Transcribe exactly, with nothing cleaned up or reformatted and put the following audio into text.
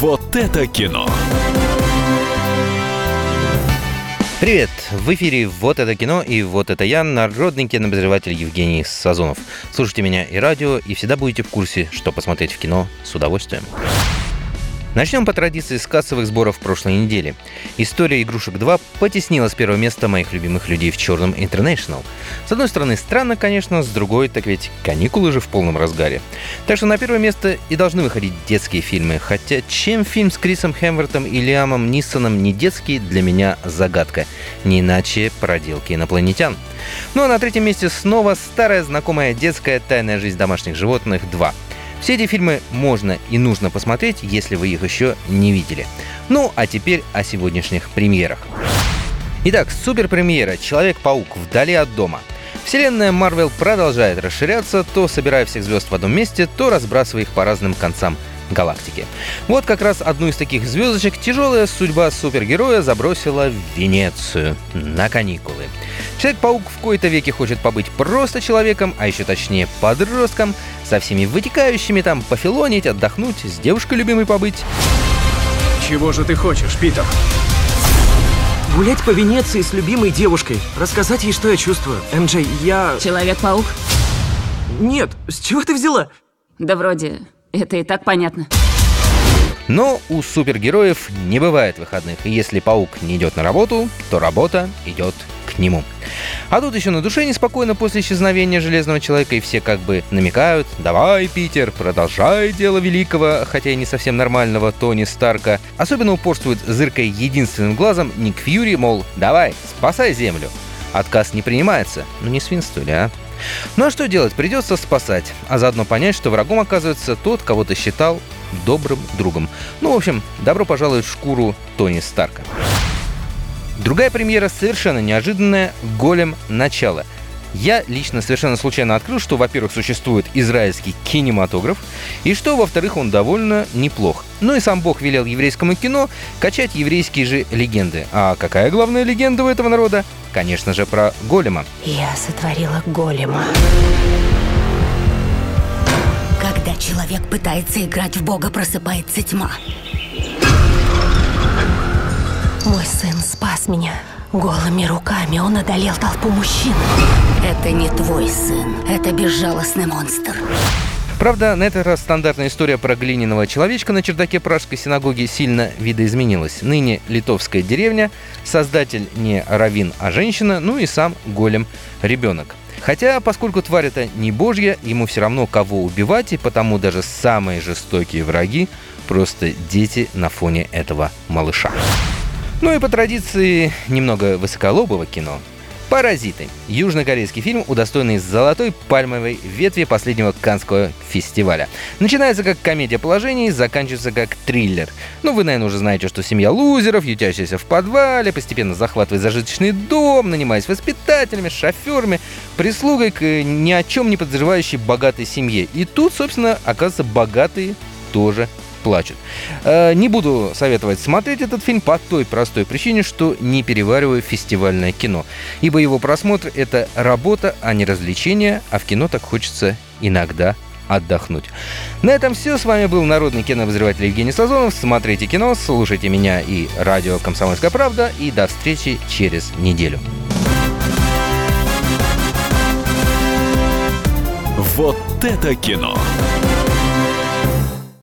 Вот это кино. Привет! В эфире «Вот это кино» и «Вот это я», народный кинообозреватель Евгений Сазонов. Слушайте меня и радио, и всегда будете в курсе, что посмотреть в кино с удовольствием. Начнем по традиции с кассовых сборов прошлой недели. «История игрушек два» потеснила с первого места моих любимых людей в черном International. С одной стороны, странно, конечно, с другой, так ведь каникулы же в полном разгаре. Так что на первое место и должны выходить детские фильмы. Хотя чем фильм с Крисом Хемсвортом и Лиамом Нисоном не детский, для меня загадка. Не иначе проделки инопланетян. Ну а на третьем месте снова старая знакомая детская «Тайная жизнь домашних животных два». Все эти фильмы можно и нужно посмотреть, если вы их еще не видели. Ну, а теперь о сегодняшних премьерах. Итак, суперпремьера «Человек-паук. Вдали от дома». Вселенная Марвел продолжает расширяться, то собирая всех звезд в одном месте, то разбрасывая их по разным концам галактики. Вот как раз одну из таких звездочек тяжелая судьба супергероя забросила в Венецию на каникулы. Человек-паук в кои-то веки хочет побыть просто человеком, а еще точнее подростком, со всеми вытекающими там, пофилонить, отдохнуть, с девушкой любимой побыть. Чего же ты хочешь, Питер? Гулять по Венеции с любимой девушкой, рассказать ей, что я чувствую. эм джей, я... Человек-паук? Нет, с чего ты взяла? Да вроде, это и так понятно. Но у супергероев не бывает выходных, и если паук не идет на работу, то работа идет к нему. А тут еще на душе неспокойно после исчезновения Железного человека, и все как бы намекают: «Давай, Питер, продолжай дело великого, хотя и не совсем нормального Тони Старка». Особенно упорствует, зыркая единственным глазом, Ник Фьюри, мол, давай, спасай Землю. Отказ не принимается. Ну не свинство ли, а? Ну а что делать? Придется спасать, а заодно понять, что врагом оказывается тот, кого ты считал добрым другом. Ну, в общем, добро пожаловать в шкуру Тони Старка. Другая премьера совершенно неожиданная — «Голем. Начало». Я лично совершенно случайно открыл, что, во-первых, существует израильский кинематограф, и что, во-вторых, он довольно неплох. Ну и сам Бог велел еврейскому кино качать еврейские же легенды. А какая главная легенда у этого народа? Конечно же, про голема. Я сотворила голема. Когда человек пытается играть в Бога, просыпается тьма. Мой сын спас меня. Голыми руками он одолел толпу мужчин. Это не твой сын, это безжалостный монстр. Правда, на этот раз стандартная история про глиняного человечка на чердаке пражской синагоги сильно видоизменилась. Ныне литовская деревня, создатель не раввин, а женщина, ну и сам голем ребенок. Хотя, поскольку тварь это не божья, ему все равно кого убивать, и потому даже самые жестокие враги просто дети на фоне этого малыша. Ну и по традиции немного высоколобого кино. «Паразиты» – южнокорейский фильм, удостоенный золотой пальмовой ветви последнего Каннского фестиваля. Начинается как комедия положений, заканчивается как триллер. Ну, вы, наверное, уже знаете, что семья лузеров, ютящаяся в подвале, постепенно захватывает зажиточный дом, нанимаясь воспитателями, шоферами, прислугой к ни о чем не подозревающей богатой семье. И тут, собственно, оказывается, богатые тоже плачут. Э, не буду советовать смотреть этот фильм по той простой причине, что не перевариваю фестивальное кино. Ибо его просмотр — это работа, а не развлечение, а в кино так хочется иногда отдохнуть. На этом все. С вами был народный кинообозреватель Евгений Сазонов. Смотрите кино, слушайте меня и радио «Комсомольская правда». И до встречи через неделю. Вот это кино.